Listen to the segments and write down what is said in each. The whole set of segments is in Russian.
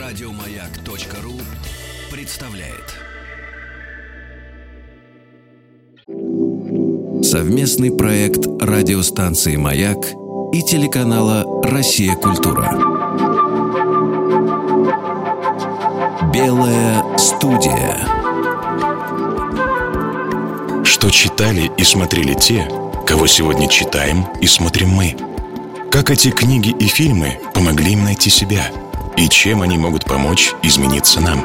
Радиомаяк.ру представляет совместный проект радиостанции «Маяк» и телеканала «Россия. Культура». Белая студия. Что читали и смотрели те, кого сегодня читаем и смотрим мы? Как эти книги и фильмы помогли им найти себя? И чем они могут помочь измениться нам?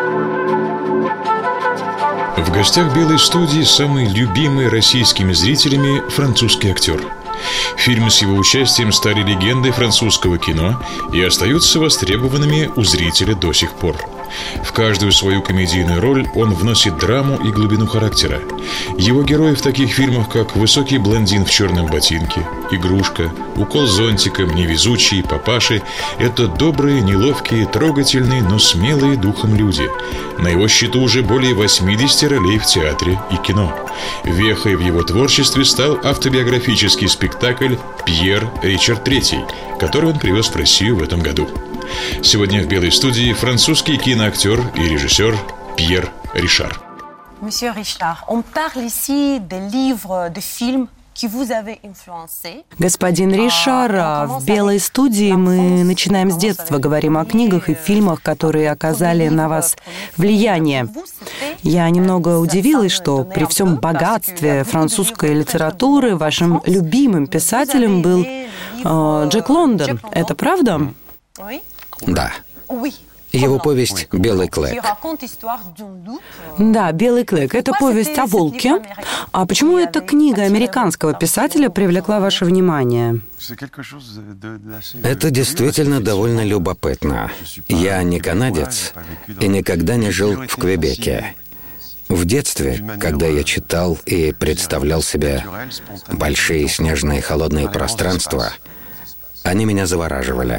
В гостях «Белой студии» самый любимый российскими зрителями французский актер. Фильмы с его участием стали легендой французского кино и остаются востребованными у зрителя до сих пор. В каждую свою комедийную роль он вносит драму и глубину характера. Его герои в таких фильмах, как «Высокий блондин в черном ботинке», «Игрушка», «Укол зонтиком», «Невезучие», «Папаши» — это добрые, неловкие, трогательные, но смелые духом люди. На его счету уже более 80 ролей в театре и кино. Вехой в его творчестве стал автобиографический спектакль «Пьер Ричард III», который он привез в Россию в этом году. Сегодня в «Белой студии» французский киноактер и режиссер Пьер Ришар. Monsieur Richard, on parle ici des livres, de films qui vous avaient influencé. Господин Ришар, в «Белой студии» мы начинаем с детства, говорим о книгах и фильмах, которые оказали на вас влияние. Я немного удивилась, что при всем богатстве французской литературы вашим любимым писателем был Джек Лондон. Это правда? Да. Его повесть «Белый клык». Да, «Белый клык» — это повесть о волке. А почему эта книга американского писателя привлекла ваше внимание? Это действительно довольно любопытно. Я не канадец и никогда не жил в Квебеке. В детстве, когда я читал и представлял себе большие снежные холодные пространства, они меня завораживали.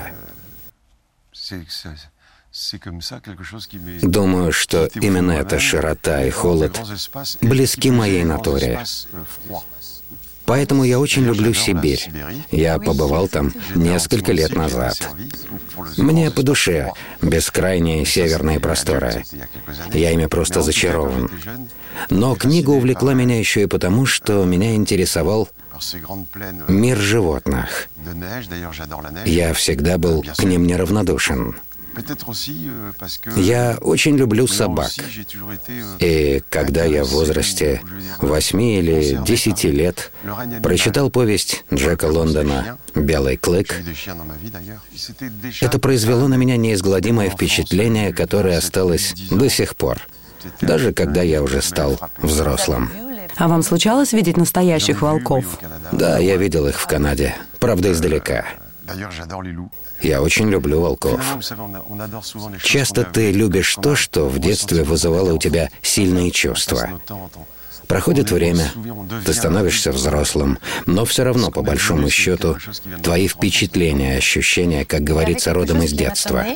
Думаю, что именно эта широта и холод близки моей натуре. Поэтому я очень люблю Сибирь. Я побывал там несколько лет назад. Мне по душе бескрайние северные просторы. Я ими просто зачарован. Но книга увлекла меня еще и потому, что меня интересовал мир животных. Я всегда был к ним неравнодушен. Я очень люблю собак. И когда я в возрасте 8 или 10 лет прочитал повесть Джека Лондона «Белый клык», это произвело на меня неизгладимое впечатление, которое осталось до сих пор, даже когда я уже стал взрослым. А вам случалось видеть настоящих волков? Да, я видел их в Канаде, правда, издалека. Я очень люблю волков. Часто ты любишь то, что в детстве вызывало у тебя сильные чувства. Проходит время, ты становишься взрослым, но все равно, по большому счету, твои впечатления, ощущения, как говорится, родом из детства.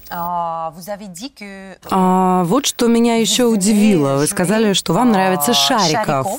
Вот что меня еще удивило. Вы сказали, что вам нравится Шариков.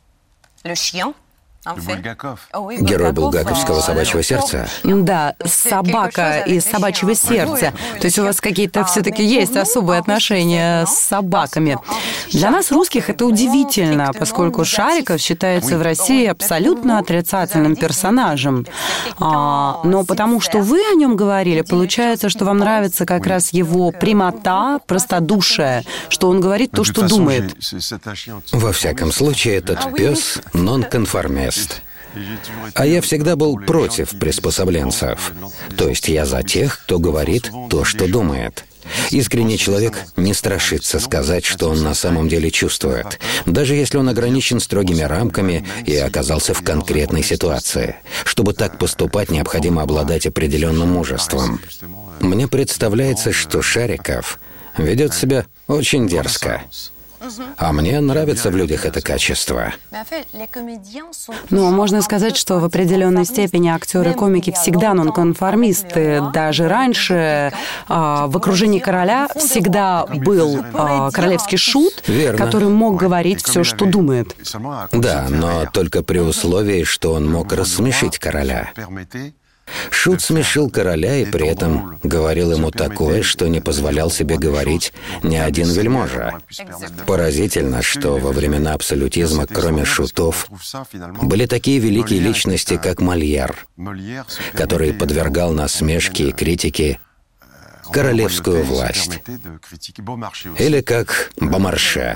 Герой булгаковского «Собачьего сердца». Да, собака из «Собачьего сердца». То есть у вас какие-то все-таки есть особые отношения с собаками. Для нас, русских, это удивительно, поскольку Шариков считается в России абсолютно отрицательным персонажем. Но потому что вы о нем говорили, получается, что вам нравится как раз его прямота, простодушие, что он говорит то, что думает. Во всяком случае, этот пес нонконформист. А я всегда был против приспособленцев. То есть я за тех, кто говорит то, что думает. Искренний человек не страшится сказать, что он на самом деле чувствует, даже если он ограничен строгими рамками и оказался в конкретной ситуации. Чтобы так поступать, необходимо обладать определенным мужеством. Мне представляется, что Шариков ведет себя очень дерзко. А мне нравится в людях это качество. Ну, можно сказать, что в определенной степени актеры и комики всегда нонконформисты. Даже раньше в окружении короля всегда был королевский шут, Верно. который мог говорить все, что думает. Да, но только при условии, что он мог рассмешить короля. Шут смешил короля и при этом говорил ему такое, что не позволял себе говорить ни один вельможа. Поразительно, что во времена абсолютизма, кроме шутов, были такие великие личности, как Мольер, который подвергал насмешке и критике королевскую власть. Или как Бомарше.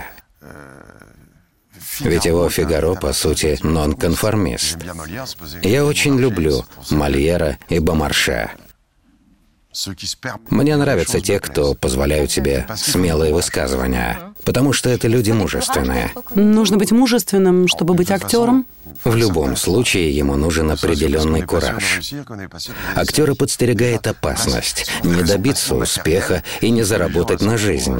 Ведь его «Фигаро», по сути, нонконформист. Я очень люблю Мольера и Бомарше. Мне нравятся те, кто позволяют себе смелые высказывания, потому что это люди мужественные. Нужно быть мужественным, чтобы быть актером? В любом случае ему нужен определенный кураж. Актера подстерегает опасность не добиться успеха и не заработать на жизнь.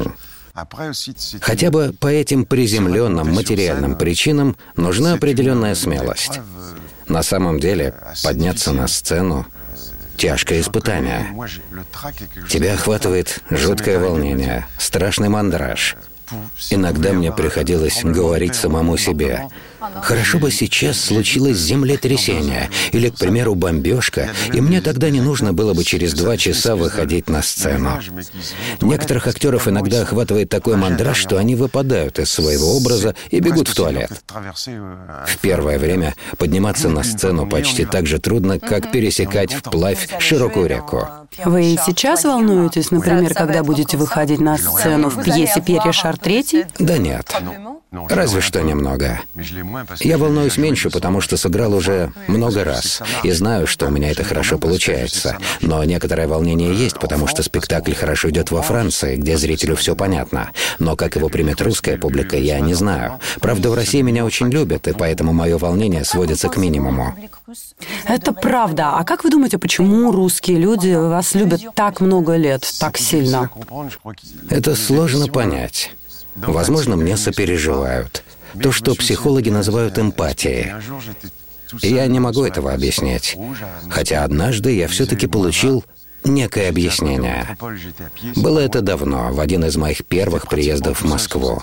Хотя бы по этим приземленным материальным причинам нужна определенная смелость. На самом деле, подняться на сцену — тяжкое испытание. Тебя охватывает жуткое волнение, страшный мандраж. Иногда мне приходилось говорить самому себе: хорошо бы сейчас случилось землетрясение или, к примеру, бомбежка, и мне тогда не нужно было бы через 2 часа выходить на сцену. Некоторых актеров иногда охватывает такой мандраж, что они выпадают из своего образа и бегут в туалет. В первое время подниматься на сцену почти так же трудно, как пересекать вплавь широкую реку. Вы и сейчас волнуетесь, например, когда будете выходить на сцену в пьесе «Перья Шар III»? Да нет. Разве что немного. Я волнуюсь меньше, потому что сыграл уже много раз. И знаю, что у меня это хорошо получается. Но некоторое волнение есть, потому что спектакль хорошо идет во Франции, где зрителю все понятно. Но как его примет русская публика, я не знаю. Правда, в России меня очень любят, и поэтому мое волнение сводится к минимуму. Это правда. А как вы думаете, почему русские люди вас любят так много лет, так сильно? Это сложно понять. Возможно, мне сопереживают. То, что психологи называют эмпатией. Я не могу этого объяснить. Хотя однажды я все-таки получил некое объяснение. Было это давно, в один из моих первых приездов в Москву.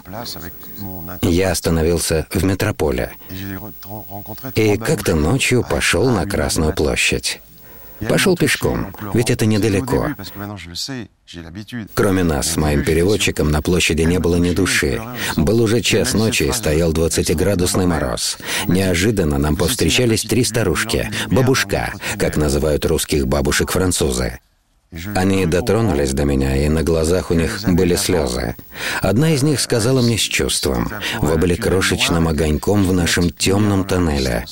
Я остановился в метрополе. И как-то ночью пошел на Красную площадь. Пошел пешком, ведь это недалеко. Кроме нас с моим переводчиком на площади не было ни души. Был уже час ночи и стоял 20-градусный мороз. Неожиданно нам повстречались 3 старушки, бабушка, как называют русских бабушек французы. Они дотронулись до меня, и на глазах у них были слезы. Одна из них сказала мне с чувством: «Вы были крошечным огоньком в нашем темном тоннеле».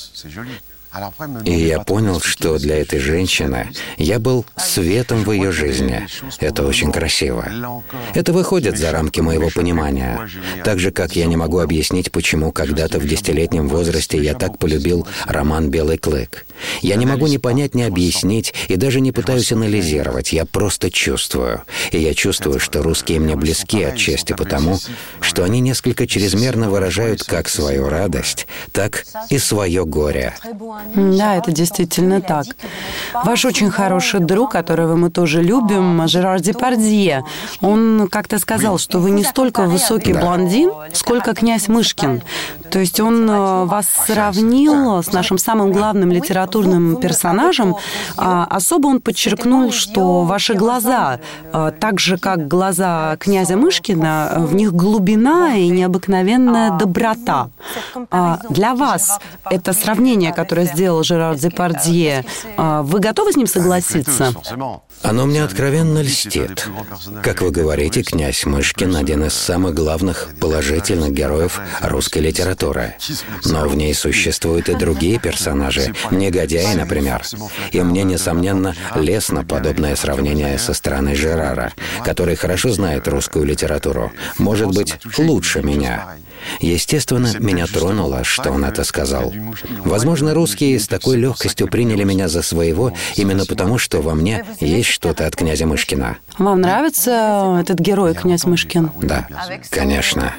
И я понял, что для этой женщины я был светом в ее жизни. Это очень красиво. Это выходит за рамки моего понимания. Так же, как я не могу объяснить, почему когда-то в 10-летнем возрасте я так полюбил роман «Белый клык». Я не могу ни понять, ни объяснить, и даже не пытаюсь анализировать. Я просто чувствую. И я чувствую, что русские мне близки отчасти потому, что они несколько чрезмерно выражают как свою радость, так и свое горе. Да, это действительно так. Ваш очень хороший друг, которого мы тоже любим, Жерар Депардье, он как-то сказал, что вы не столько высокий блондин, сколько князь Мышкин. То есть он вас сравнил с нашим самым главным литературным персонажем. Особо он подчеркнул, что ваши глаза, так же, как глаза князя Мышкина, в них глубина и необыкновенная доброта. Для вас это сравнение, которое сделал Жерар Депардье, вы готовы с ним согласиться? Оно мне откровенно льстит. Как вы говорите, князь Мышкин — один из самых главных положительных героев русской литературы. Но в ней существуют и другие персонажи, негодяи, например. И мне, несомненно, лестно подобное сравнение со стороны Жерара, который хорошо знает русскую литературу, может быть, лучше меня. Естественно, меня тронуло, что он это сказал. Возможно, русские с такой легкостью приняли меня за своего именно потому, что во мне есть что-то от князя Мышкина. Вам нравится этот герой, князь Мышкин? Да, конечно.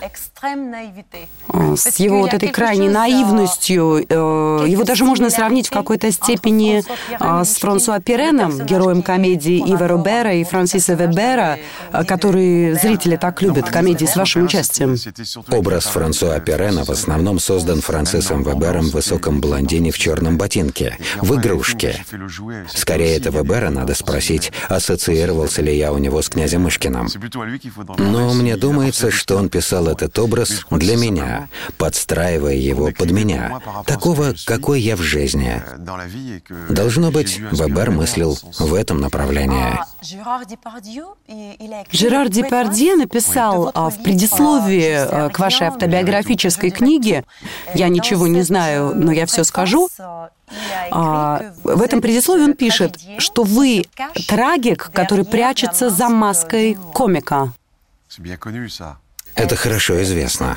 С его вот этой крайней наивностью, его даже можно сравнить в какой-то степени с Франсуа Пиреном, героем комедии Ива Робера и Франсиса Вебера, которые зрители так любят, комедии с вашим участием. Образ Франсуа Пирена в основном создан Франсисом Вебером в высоком блондине в черном ботинке, в игрушке. Скорее, это Вебера надо спросить, ассоциировался ли я у него с князем Мышкиным. Но мне думается, что он писал этот образ для меня, подстраивая его под меня, такого, какой я в жизни. Должно быть, Вебер мыслил в этом направлении. Жерар Депардье написал в предисловии к вашей автобиографической книге, я ничего не знаю, но я все скажу, в этом предисловии он пишет, что вы трагик, который прячется за маской комика. Это хорошо известно.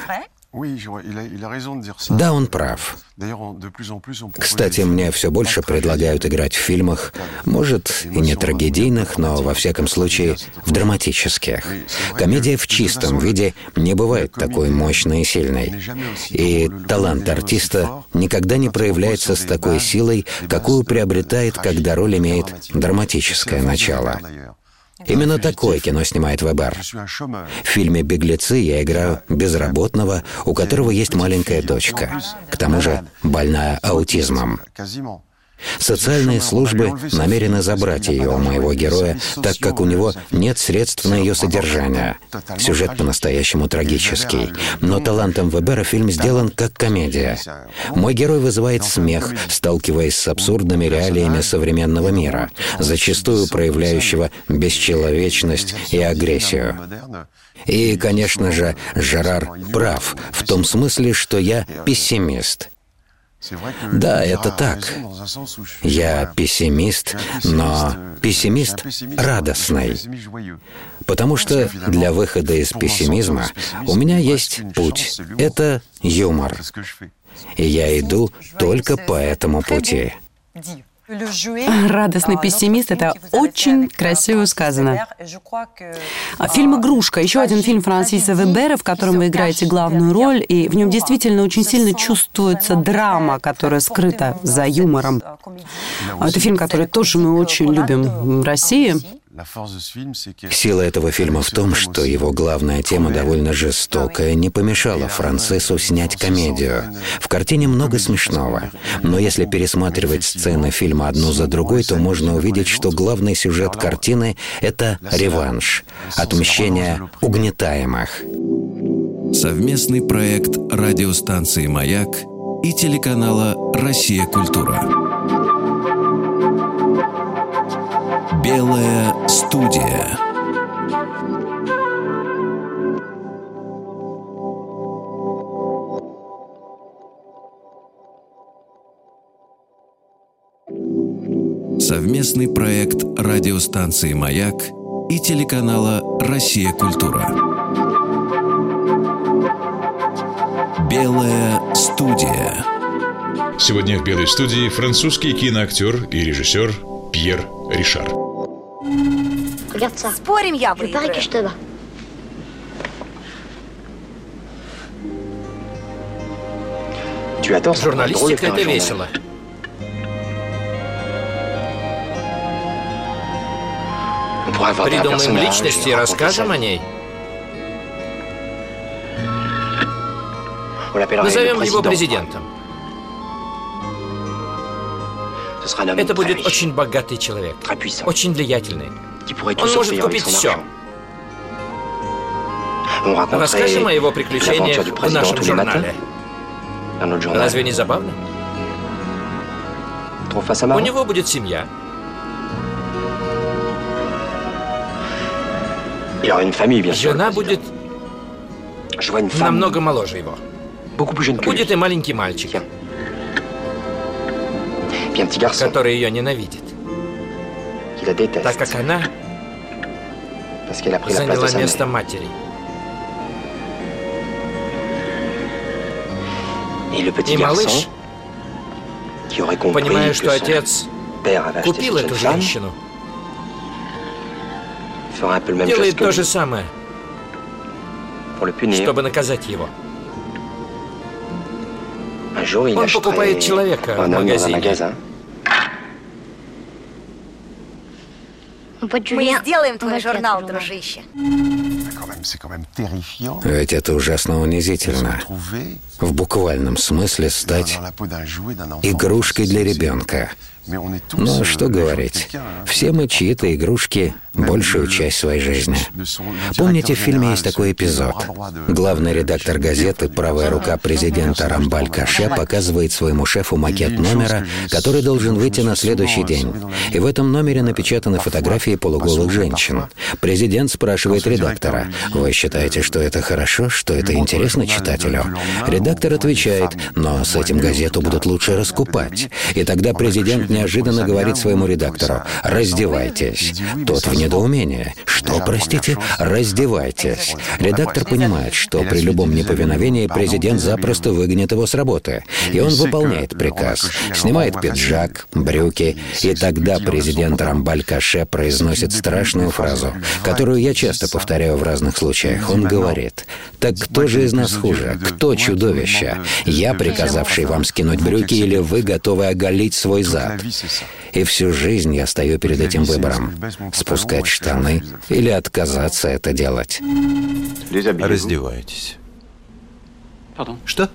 Да, он прав. Кстати, мне все больше предлагают играть в фильмах, может, и не трагедийных, но, во всяком случае, в драматических. Комедия в чистом виде не бывает такой мощной и сильной. И талант артиста никогда не проявляется с такой силой, какую приобретает, когда роль имеет драматическое начало. Именно такое кино снимает Вебер. В фильме «Беглецы» я играю безработного, у которого есть маленькая дочка, к тому же больная аутизмом. Социальные службы намерены забрать ее у моего героя, так как у него нет средств на ее содержание. Сюжет по-настоящему трагический. Но талантом Вебера фильм сделан как комедия. Мой герой вызывает смех, сталкиваясь с абсурдными реалиями современного мира, зачастую проявляющего бесчеловечность и агрессию. И, конечно же, Жерар прав в том смысле, что я пессимист. Да, это так. Я пессимист, но пессимист радостный. Потому что для выхода из пессимизма у меня есть путь. Это юмор. И я иду только по этому пути. Радостный пессимист — это очень красиво сказано. Фильм «Игрушка» — еще один фильм Франсиса Вебера, в котором вы играете главную роль, и в нем действительно очень сильно чувствуется драма, которая скрыта за юмором. Это фильм, который тоже мы очень любим в России. Сила этого фильма в том, что его главная тема довольно жестокая, не помешала Франсису снять комедию. В картине много смешного, но если пересматривать сцены фильма одну за другой, то можно увидеть, что главный сюжет картины — это реванш, отмщение угнетаемых. Совместный проект радиостанции «Маяк» и телеканала «Россия. Культура». Белая студия. Совместный проект радиостанции «Маяк» и телеканала «Россия. Культура». Белая студия. Сегодня в «Белой студии» французский киноактер и режиссер Пьер Ришар. Спорим, я выиграю. Журналистика — это весело. Придумаем личность и расскажем о ней. Назовем его президентом. Это будет очень богатый человек, очень влиятельный. Он может купить все. Расскажем о его приключениях в нашем журнале. Разве не забавно? У него будет семья. Жена будет намного моложе его. Будет и маленький мальчик, который ее ненавидит, так как она заняла место матери. И малыш, понимая, что отец купил эту женщину, делает то же самое, чтобы наказать его. Он покупает человека в магазине. Мы сделаем твой журнал, дружище. Ведь это ужасно унизительно. В буквальном смысле стать игрушкой для ребенка. Но что говорить, все мы чьи-то игрушки большую часть своей жизни. Помните, в фильме есть такой эпизод? Главный редактор газеты, правая рука президента Рамбаль Каше, показывает своему шефу макет номера, который должен выйти на следующий день. И в этом номере напечатаны фотографии полуголых женщин. Президент спрашивает редактора: «Вы считаете, что это хорошо, что это интересно читателю?» Редактор отвечает: «Но с этим газету будут лучше раскупать». И тогда президент неожиданно говорит своему редактору: «Раздевайтесь». Тот в недоумении: «Что, простите?» «Раздевайтесь». Редактор понимает, что при любом неповиновении президент запросто выгонит его с работы. И он выполняет приказ. Снимает пиджак, брюки. И тогда президент Рамбаль Каше произносит страшную фразу, которую я часто повторяю в разных случаях. Он говорит: «Так кто же из нас хуже? Кто чудовище? Я, приказавший вам скинуть брюки, или вы готовы оголить свой зад?» И всю жизнь я стою перед этим выбором: спускать штаны или отказаться это делать. Раздевайтесь. Что?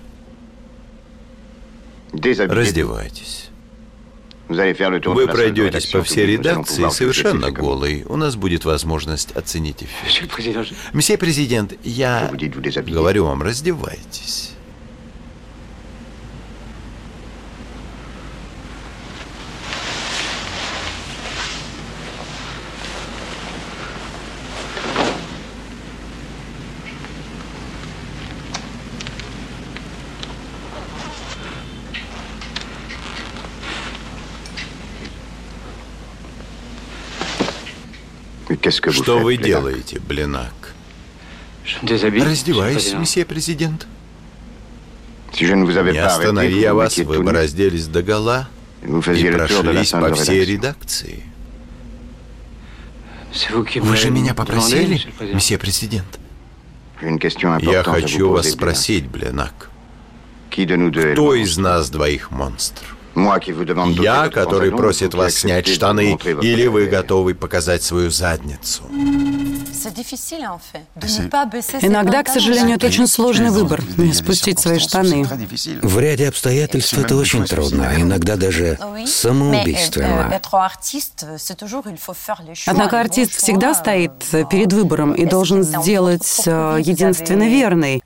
Раздевайтесь. Вы пройдетесь по всей редакции совершенно голый. У нас будет возможность оценить эффект. Месье президент, я говорю вам, раздевайтесь. Что вы делаете, Бленак? Раздеваюсь, месье президент. Не останови я вас, вы бы разделись догола и прошлись по всей редакции. Вы же меня попросили, месье президент? Я хочу вас спросить, Бленак. Кто из нас двоих монстр? Я, который просит вас снять штаны, или вы готовы показать свою задницу? Иногда, к сожалению, это очень сложный выбор — не спустить свои штаны. В ряде обстоятельств это очень трудно, иногда даже самоубийственно. Однако артист всегда стоит перед выбором и должен сделать единственно верный.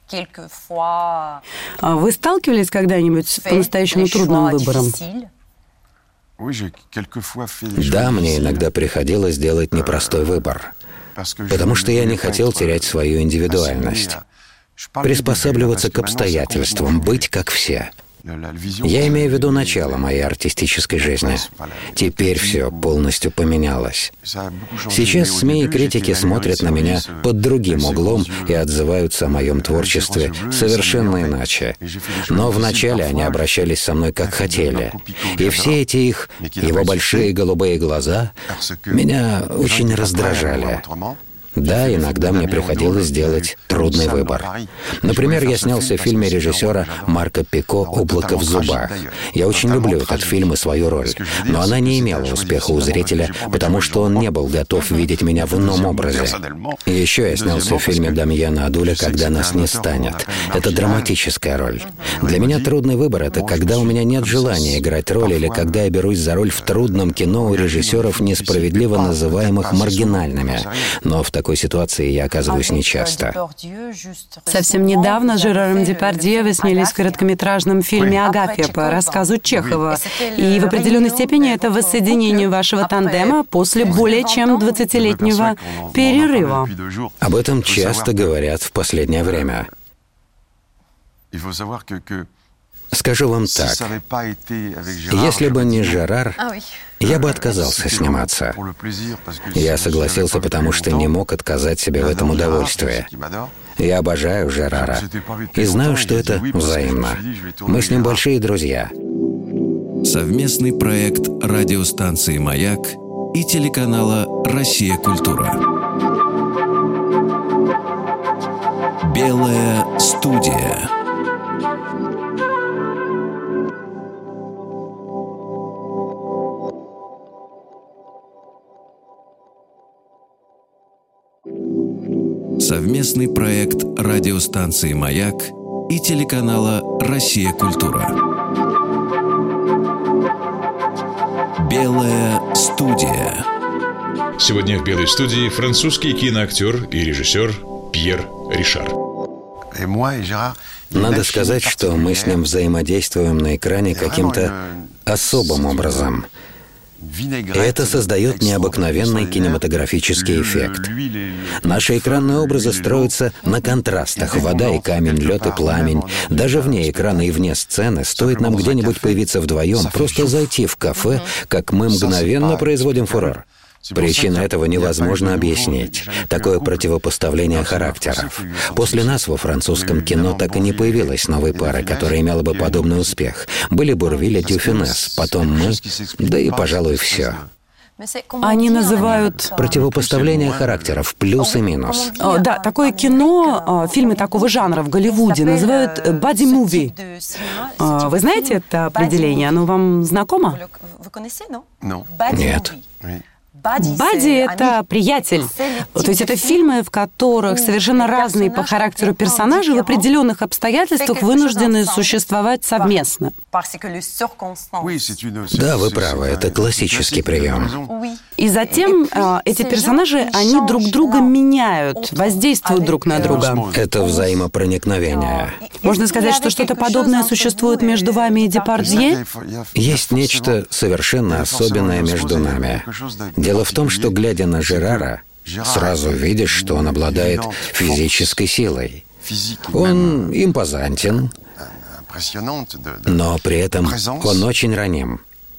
Вы сталкивались когда-нибудь с по-настоящему трудным выбором? Да, мне иногда приходилось делать непростой выбор, потому что я не хотел терять свою индивидуальность, приспосабливаться к обстоятельствам, быть как все. Я имею в виду начало моей артистической жизни. Теперь все полностью поменялось. Сейчас СМИ и критики смотрят на меня под другим углом и отзываются о моем творчестве совершенно иначе. Но вначале они обращались со мной как хотели. И все эти его большие голубые глаза меня очень раздражали. Да, иногда мне приходилось делать трудный выбор. Например, я снялся в фильме режиссера Марка Пико «Облако в зубах». Я очень люблю этот фильм и свою роль, но она не имела успеха у зрителя, потому что он не был готов видеть меня в ином образе. И еще я снялся в фильме Дамьена Адуля «Когда нас не станет». Это драматическая роль. Для меня трудный выбор — это когда у меня нет желания играть роль или когда я берусь за роль в трудном кино у режиссеров, несправедливо называемых маргинальными. Но в такой ситуации я оказываюсь нечасто. Совсем недавно с Жераром Депардье вы снялись в короткометражном фильме «Агапья» по рассказу Чехова. И в определенной степени это воссоединение вашего тандема после более чем 20-летнего перерыва. Об этом часто говорят в последнее время. Скажу вам так. Если бы не Жерар, я бы отказался сниматься. Я согласился, потому что не мог отказать себе в этом удовольствии. Я обожаю Жерара и знаю, что это взаимно. Мы с ним большие друзья. Совместный проект радиостанции «Маяк» и телеканала «Россия. Культура». Белая студия. Совместный проект радиостанции «Маяк» и телеканала «Россия. Культура». Белая студия. Сегодня в «Белой студии» французский киноактер и режиссер Пьер Ришар. Надо сказать, что мы с ним взаимодействуем на экране каким-то особым образом. И это создает необыкновенный кинематографический эффект. Наши экранные образы строятся на контрастах. Вода и камень, лед и пламень. Даже вне экрана и вне сцены, стоит нам где-нибудь появиться вдвоем, просто зайти в кафе, как мы мгновенно производим фурор. Причину этого невозможно объяснить. Такое противопоставление характеров. После нас во французском кино так и не появилось новой пары, которая имела бы подобный успех. Были Бурвиль и Дюфюнес, потом мы, да и, пожалуй, все. Они называют... Противопоставление характеров, плюс и минус. Да, такое кино, фильмы такого жанра в Голливуде называют «бади-муви». Вы знаете это определение? Оно вам знакомо? Нет. Бадди — это приятель. То есть это фильмы, в которых совершенно разные по характеру персонажи в определенных обстоятельствах вынуждены существовать совместно. Да, вы правы, это классический прием. И затем эти персонажи, они друг друга меняют, воздействуют друг на друга. Это взаимопроникновение. Можно сказать, что что-то подобное существует между вами и Депардье? Есть нечто совершенно особенное между нами. Дело в том, что, глядя на Жерара, сразу видишь, что он обладает физической силой. Он импозантен, но при этом он очень раним.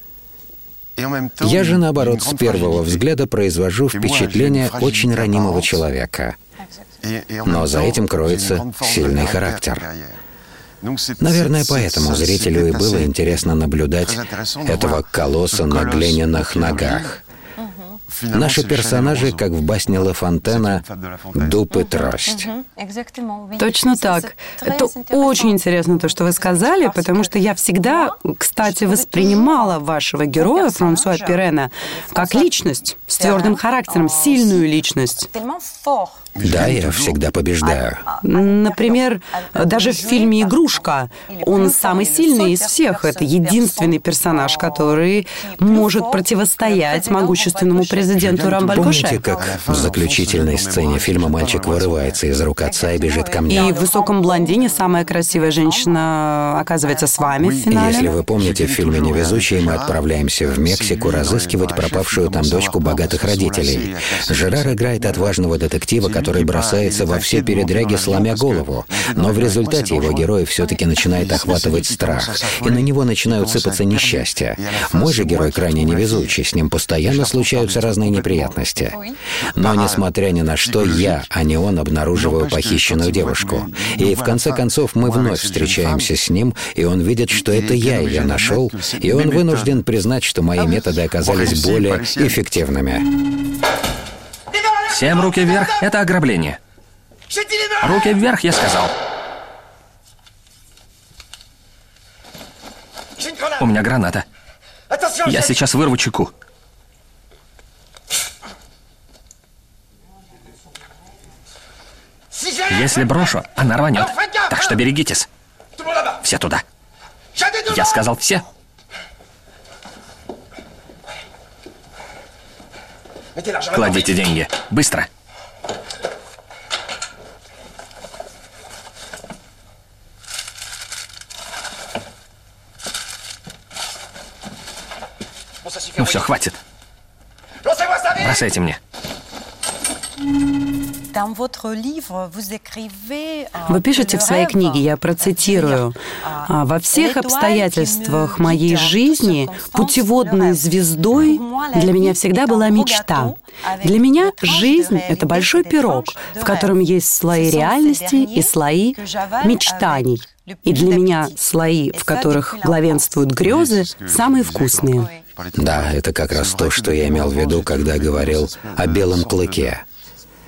Я же, наоборот, с первого взгляда произвожу впечатление очень ранимого человека. Но за этим кроется сильный характер. Наверное, поэтому зрителю и было интересно наблюдать этого колосса на глиняных ногах. Наши персонажи, как в басне Ла Фонтена, «Дуб и трость». Точно так. Это очень интересно, то, что вы сказали, потому что я всегда, кстати, воспринимала вашего героя, Франсуа Пирена, как личность, с твердым характером, сильную личность. Да, я всегда побеждаю. Например, даже в фильме «Игрушка» он самый сильный из всех. Это единственный персонаж, который может противостоять могущественному президенту Рамбальгоше. Помните, как в заключительной сцене фильма мальчик вырывается из рук отца и бежит ко мне? И в «Высоком блондине» самая красивая женщина оказывается с вами в финале. Если вы помните, в фильме «Невезучие» мы отправляемся в Мексику разыскивать пропавшую там дочку богатых родителей. Жерар играет отважного детектива, который бросается во все передряги, сломя голову. Но в результате его героя все-таки начинает охватывать страх, и на него начинают сыпаться несчастья. Мой же герой крайне невезучий, с ним постоянно случаются разные неприятности. Но, несмотря ни на что, я, а не он, обнаруживаю похищенную девушку. И в конце концов мы вновь встречаемся с ним, и он видит, что это я ее нашел, и он вынужден признать, что мои методы оказались более эффективными. Всем руки вверх, это ограбление. Руки вверх, я сказал. У меня граната. Я сейчас вырву чеку. Если брошу, она рванет. Так что берегитесь. Все туда. Я сказал все. Кладите деньги. Быстро. Ну все, хватит. Бросайте мне. Вы пишете в своей книге, я процитирую, «Во всех обстоятельствах моей жизни путеводной звездой для меня всегда была мечта. Для меня жизнь — это большой пирог, в котором есть слои реальности и слои мечтаний. И для меня слои, в которых главенствуют грезы, самые вкусные». Да, это как раз то, что я имел в виду, когда говорил о белом клыке.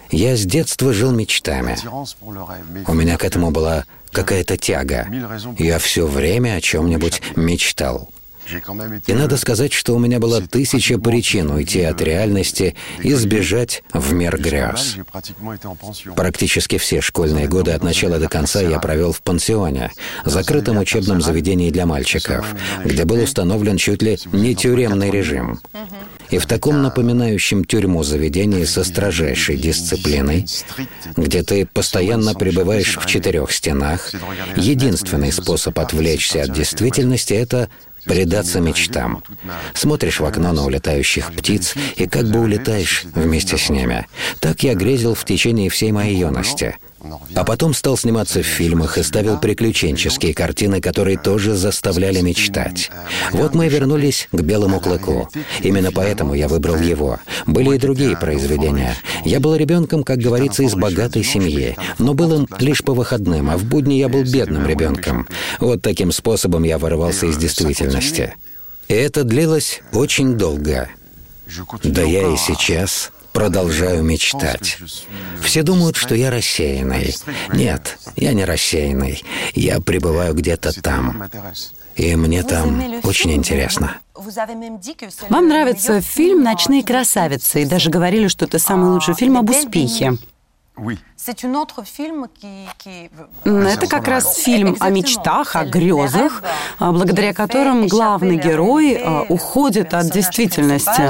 Я с детства жил мечтами. У меня к этому была какая-то тяга. Я все время о чем-нибудь мечтал. И надо сказать, что у меня было 1000 причин уйти от реальности и сбежать в мир грез. Практически все школьные годы от начала до конца я провел в пансионе, закрытом учебном заведении для мальчиков, где был установлен чуть ли не тюремный режим. И в таком напоминающем тюрьму заведении со строжайшей дисциплиной, где ты постоянно пребываешь в 4 стенах, единственный способ отвлечься от действительности — это предаться мечтам. Смотришь в окно на улетающих птиц и как бы улетаешь вместе с ними. Так я грезил в течение всей моей юности. А потом стал сниматься в фильмах и ставил приключенческие картины, которые тоже заставляли мечтать. Вот мы и вернулись к «Белому клыку». Именно поэтому я выбрал его. Были и другие произведения. Я был ребенком, как говорится, из богатой семьи, но был им лишь по выходным, а в будни я был бедным ребенком. Вот таким способом я вырывался из действительности. И это длилось очень долго. Да я и сейчас продолжаю мечтать. Все думают, что я рассеянный. Нет, я не рассеянный. Я пребываю где-то там. И мне там очень интересно. Вам нравится фильм «Ночные красавицы», и даже говорили, что это самый лучший фильм об успехе. Это как раз фильм о мечтах, о грезах, благодаря которым главный герой уходит от действительности.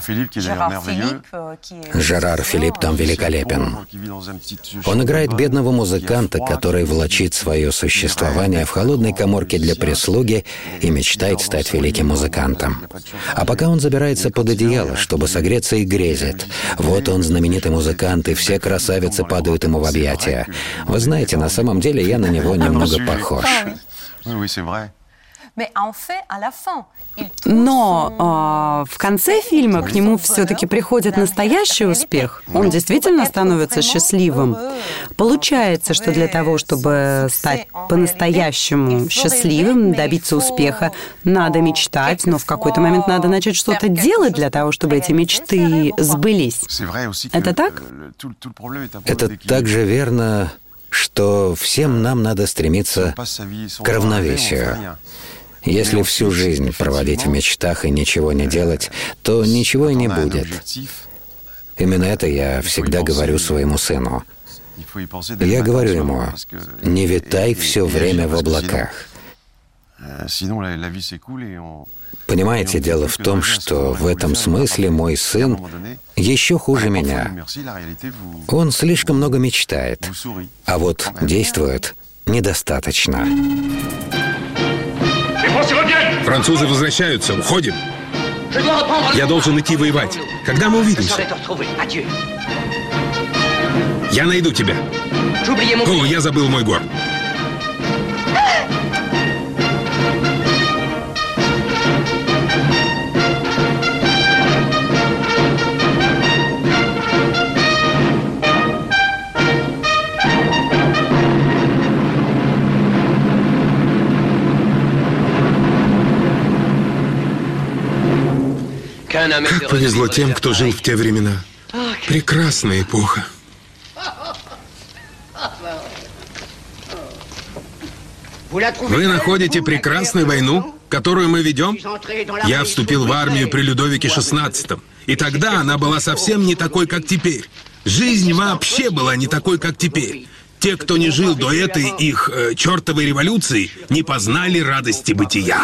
Жерар Филипп там великолепен. Он играет бедного музыканта, который влачит свое существование в холодной каморке для прислуги и мечтает стать великим музыкантом. А пока он забирается под одеяло, чтобы согреться, и грезит. Вот он знаменитый музыкант, и все красавицы падают ему в объятия. Вы знаете, на самом деле я на него немного похож. Но в конце фильма к нему все-таки приходит настоящий успех. Он действительно становится счастливым. Получается, что для того, чтобы стать по-настоящему счастливым, добиться успеха, надо мечтать, но в какой-то момент надо начать что-то делать для того, чтобы эти мечты сбылись. Это так? Это также верно, что всем нам надо стремиться к равновесию. Если всю жизнь проводить в мечтах и ничего не делать, то ничего и не будет. Именно это я всегда говорю своему сыну. Я говорю ему: не витай все время в облаках. Понимаете, дело в том, что в этом смысле мой сын еще хуже меня. Он слишком много мечтает, а вот действует недостаточно. Французы возвращаются, уходим. Я должен идти воевать. Когда мы увидимся? Я найду тебя. О, я забыл мой горб. Как повезло тем, кто жил в те времена. Прекрасная эпоха. Вы находите прекрасную войну, которую мы ведем? Я вступил в армию при Людовике XVI, и тогда она была совсем не такой, как теперь. Жизнь вообще была не такой, как теперь. Те, кто не жил до этой их чертовой революции, не познали радости бытия.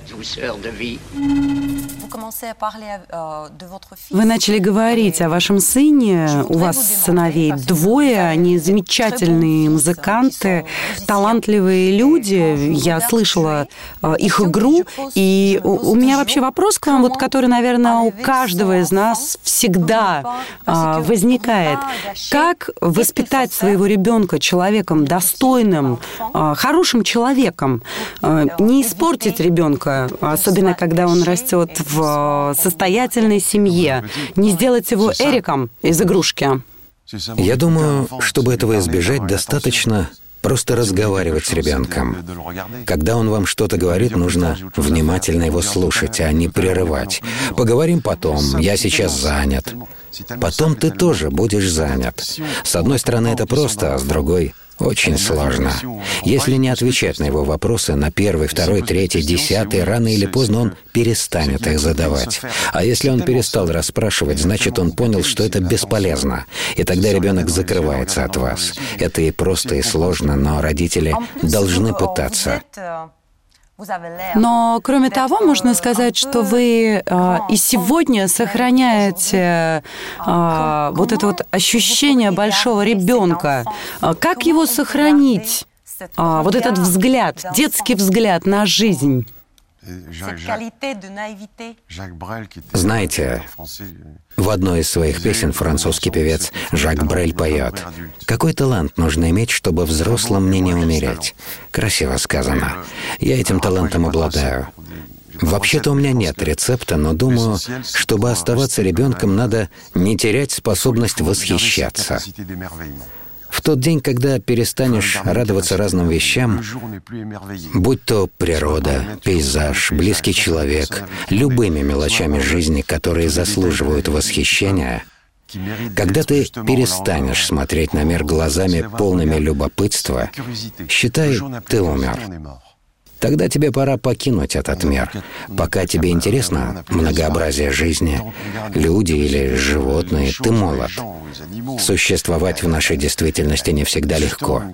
Вы начали говорить о вашем сыне. У вас сыновей 2, они замечательные музыканты, талантливые люди. Я слышала их игру. И у меня вообще вопрос к вам, вот, который, наверное, у каждого из нас всегда возникает. Как воспитать своего ребенка человеком достойным, хорошим человеком? Не испортить ребенка, особенно когда он растет в состоятельной семье, не сделать его Эриком из игрушки? Я думаю, чтобы этого избежать, достаточно Просто разговаривать с ребенком. Когда он вам что-то говорит, нужно внимательно его слушать, а не прерывать. Поговорим потом, я сейчас занят. Потом ты тоже будешь занят. С одной стороны, это просто, а с другой — очень сложно. Если не отвечать на его вопросы, на первый, второй, третий, 10, рано или поздно он перестанет их задавать. А если он перестал расспрашивать, значит, он понял, что это бесполезно. И тогда ребенок закрывается от вас. Это и просто, и сложно, но родители должны пытаться. Но, кроме того, можно сказать, что вы и сегодня сохраняете вот это вот ощущение большого ребенка. Как его сохранить? Вот этот взгляд, детский взгляд на жизнь. Знаете, в одной из своих песен французский певец Жак Брель поет: «Какой талант нужно иметь, чтобы взрослым мне не умереть?» Красиво сказано. Я этим талантом обладаю. Вообще-то у меня нет рецепта, но думаю, чтобы оставаться ребенком, надо не терять способность восхищаться. В тот день, когда перестанешь радоваться разным вещам, будь то природа, пейзаж, близкий человек, любыми мелочами жизни, которые заслуживают восхищения, когда ты перестанешь смотреть на мир глазами, полными любопытства, считай, ты умер. Тогда тебе пора покинуть этот мир. Пока тебе интересно многообразие жизни, люди или животные, ты молод. Существовать в нашей действительности не всегда легко.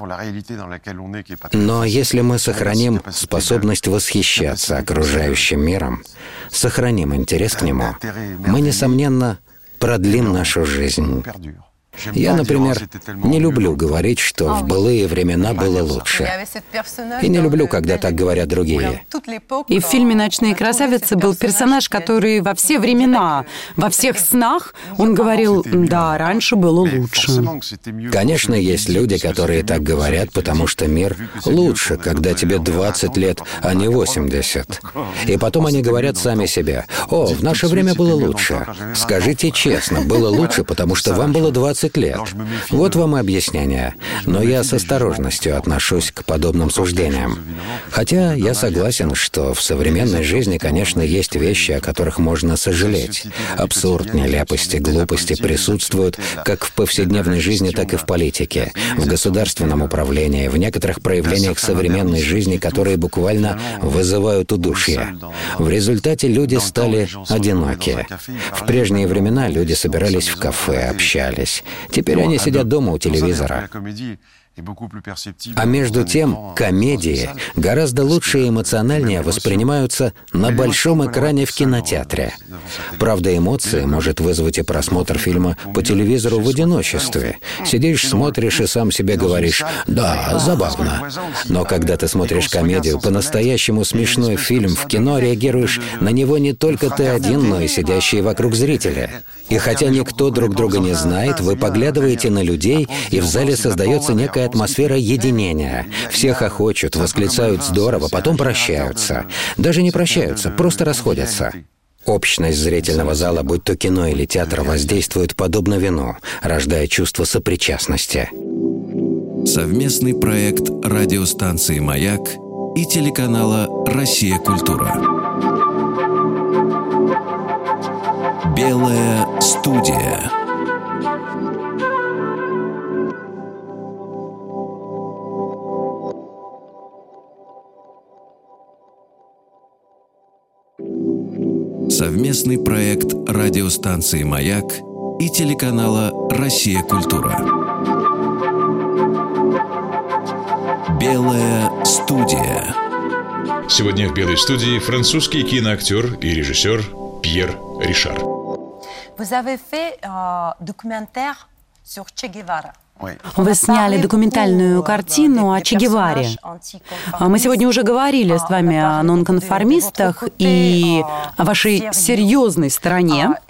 Но если мы сохраним способность восхищаться окружающим миром, сохраним интерес к нему, мы, несомненно, продлим нашу жизнь. Я, например, не люблю говорить, что в былые времена было лучше. И не люблю, когда так говорят другие. И в фильме «Ночные красавицы» был персонаж, который во все времена, во всех снах, он говорил: «Да, раньше было лучше». Конечно, есть люди, которые так говорят, потому что мир лучше, когда тебе 20 лет, а не 80. И потом они говорят сами себе: «О, в наше время было лучше». Скажите честно, было лучше, потому что вам было 20 лет. Вот вам и объяснение. Но я с осторожностью отношусь к подобным суждениям. Хотя я согласен, что в современной жизни, конечно, есть вещи, о которых можно сожалеть. Абсурд, нелепости, глупости присутствуют как в повседневной жизни, так и в политике, в государственном управлении, в некоторых проявлениях современной жизни, которые буквально вызывают удушье. В результате люди стали одиноки. В прежние времена люди собирались в кафе, общались. Теперь они сидят дома у телевизора. А между тем, комедии гораздо лучше и эмоциональнее воспринимаются на большом экране в кинотеатре. Правда, эмоции может вызвать и просмотр фильма по телевизору в одиночестве. Сидишь, смотришь и сам себе говоришь: «Да, забавно». Но когда ты смотришь комедию, по-настоящему смешной фильм в кино, реагируешь на него не только ты один, но и сидящие вокруг зрители. И хотя никто друг друга не знает, вы поглядываете на людей, и в зале создается некая атмосфера единения. Все хохочут, восклицают «здорово», потом прощаются. Даже не прощаются, просто расходятся. Общность зрительного зала, будь то кино или театр, воздействует подобно вину, рождая чувство сопричастности. Совместный проект радиостанции «Маяк» и телеканала «Россия. Культура». Белая студия. Совместный проект радиостанции «Маяк» и телеканала «Россия. Культура». Белая студия. Сегодня в «Белой студии» французский киноактер и режиссер Пьер Ришар. Вы сняли документальную картину о Че Геваре. Мы сегодня уже говорили с вами о нонконформистах и о вашей серьезной стороне.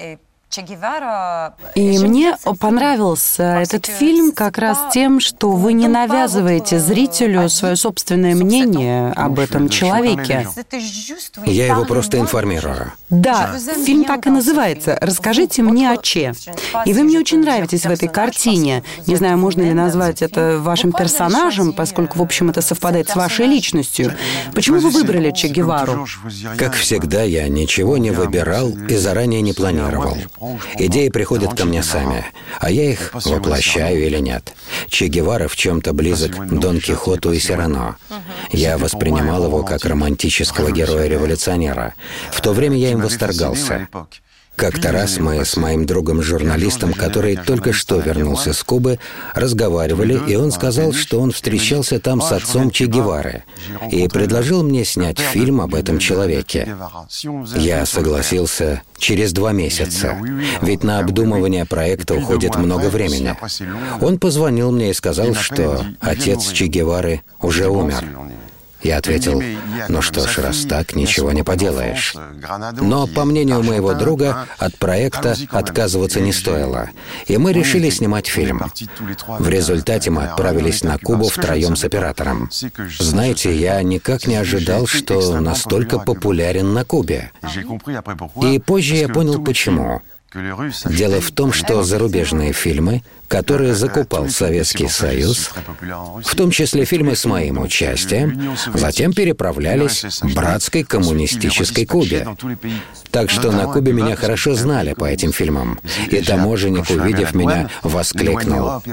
И мне понравился этот фильм как раз тем, что вы не навязываете зрителю свое собственное мнение об этом человеке. Я его просто информирую. Да, фильм так и называется «Расскажите мне о Че». И вы мне очень нравитесь в этой картине. Не знаю, можно ли назвать это вашим персонажем, поскольку, в общем, это совпадает с вашей личностью. Почему вы выбрали Че Гевару? Как всегда, я ничего не выбирал и заранее не планировал. Идеи приходят ко мне сами, а я их воплощаю или нет. Че Гевара в чем-то близок Дон Кихоту и Сирано. Я воспринимал его как романтического героя-революционера. В то время я им восторгался. Как-то раз мы с моим другом-журналистом, который только что вернулся с Кубы, разговаривали, и он сказал, что он встречался там с отцом Че Гевары и предложил мне снять фильм об этом человеке. Я согласился через 2 месяца, ведь на обдумывание проекта уходит много времени. Он позвонил мне и сказал, что отец Че Гевары уже умер. Я ответил, ну что ж, раз так, ничего не поделаешь. Но, по мнению моего друга, от проекта отказываться не стоило, и мы решили снимать фильм. В результате мы отправились на Кубу втроем с оператором. Знаете, я никак не ожидал, что настолько популярен на Кубе. И позже я понял, почему. Дело в том, что зарубежные фильмы, которые закупал Советский Союз, в том числе фильмы с моим участием, затем переправлялись в братской коммунистической Кубе. Так что на Кубе меня хорошо знали по этим фильмам. И таможенник, увидев меня, воскликнул: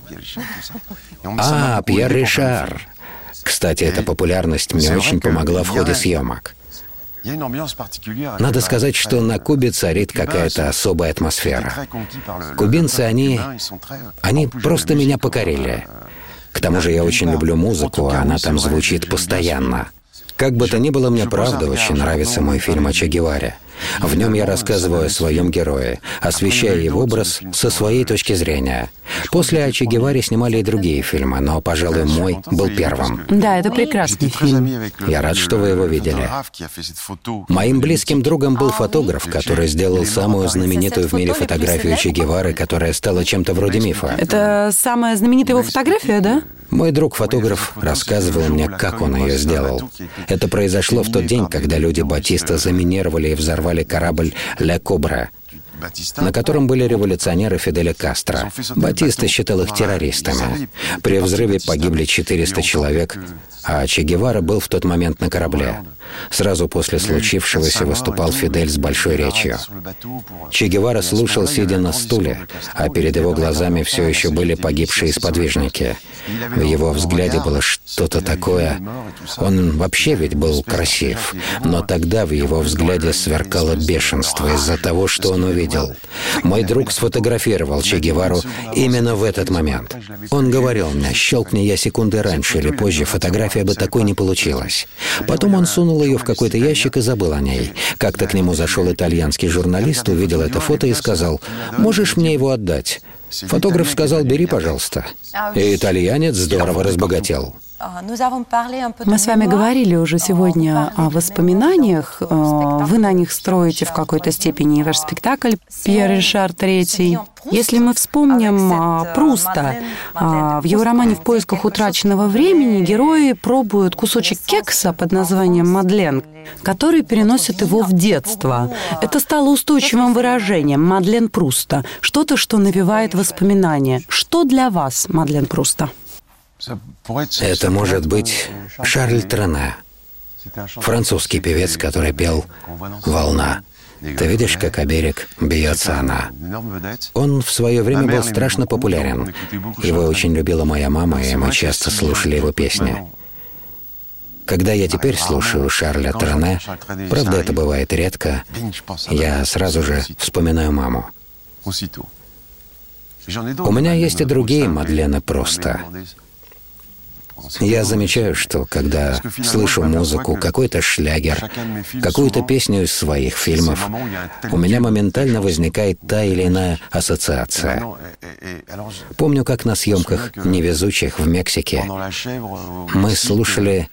«А, Пьер Ришар!» Кстати, эта популярность мне очень помогла в ходе съемок. Надо сказать, что на Кубе царит какая-то особая атмосфера. Кубинцы, они просто меня покорили. К тому же я очень люблю музыку, а она там звучит постоянно. Как бы то ни было, мне правда очень нравится мой фильм о Че Геваре. В нем я рассказываю о своем герое, освещая его образ со своей точки зрения. После о Че Геваре снимали и другие фильмы, но, пожалуй, мой был первым. Да, это прекрасный фильм. Я рад, что вы его видели. Моим близким другом был фотограф, который сделал самую знаменитую в мире фотографию Че Гевары, которая стала чем-то вроде мифа. Это самая знаменитая его фотография, да? Мой друг-фотограф рассказывал мне, как он ее сделал. Это произошло в тот день, когда люди Батиста заминировали и взорвали корабль «Ля Кобра», на котором были революционеры Фиделя Кастро. Батиста считал их террористами. При взрыве погибли 400 человек, а Че Гевара был в тот момент на корабле. Сразу после случившегося выступал Фидель с большой речью. Че Гевара слушал, сидя на стуле, а перед его глазами все еще были погибшие сподвижники. В его взгляде было что-то такое. Он вообще ведь был красив, но тогда в его взгляде сверкало бешенство из-за того, что он увидел. Мой друг сфотографировал Че Гевару именно в этот момент. Он говорил мне: щелкни я секунды раньше или позже, фотография бы такой не получилась. Потом он сунул ее в какой-то ящик и забыл о ней. Как-то к нему зашел итальянский журналист, увидел это фото и сказал: «Можешь мне его отдать?» Фотограф сказал: «Бери, пожалуйста». И итальянец здорово разбогател. Мы с вами говорили уже сегодня о воспоминаниях. Вы на них строите в какой-то степени ваш спектакль «Пьер Ришар III». Если мы вспомним Пруста, в его романе «В поисках утраченного времени» герои пробуют кусочек кекса под названием «Мадлен», который переносит его в детство. Это стало устойчивым выражением «Мадлен Пруста», что-то, что навевает воспоминания. Что для вас Мадлен Пруста? Это может быть Шарль Трене, французский певец, который пел «Волна». Ты видишь, как о берег бьется она. Он в свое время был страшно популярен. Его очень любила моя мама, и мы часто слушали его песни. Когда я теперь слушаю Шарля Трене, правда, это бывает редко, я сразу же вспоминаю маму. У меня есть и другие Мадлены Пруста. Я замечаю, что когда слышу музыку, какой-то шлягер, какую-то песню из своих фильмов, у меня моментально возникает та или иная ассоциация. Помню, как на съемках «Невезучих» в Мексике мы слушали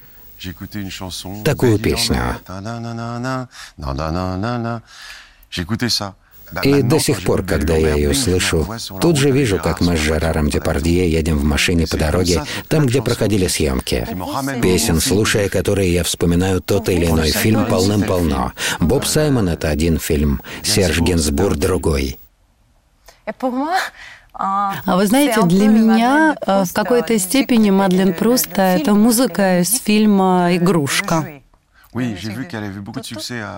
такую песню. И до сих пор, когда я ее слышу, тут же вижу, как мы с Жераром Депардье едем в машине по дороге, там, где проходили съемки. Песен, слушая которые, я вспоминаю тот или иной фильм полным-полно. Боб Саймон — это один фильм, Серж Гинзбург — другой. А вы знаете, для меня в какой-то степени Мадлен Пруст — это музыка из фильма «Игрушка». Oui, j'ai vu qu'elle avait eu beaucoup de succès à...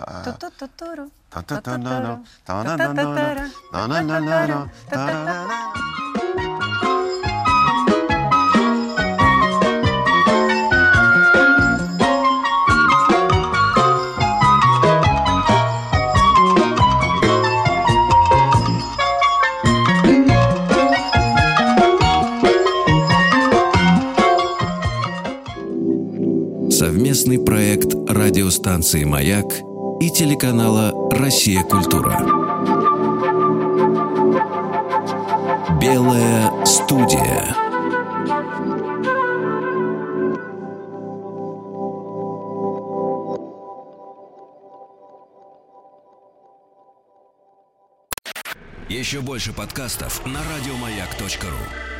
Совместный проект радиостанции «Маяк» и телеканала «Россия. Культура». Белая студия. Еще больше подкастов на радиомаяк.ру.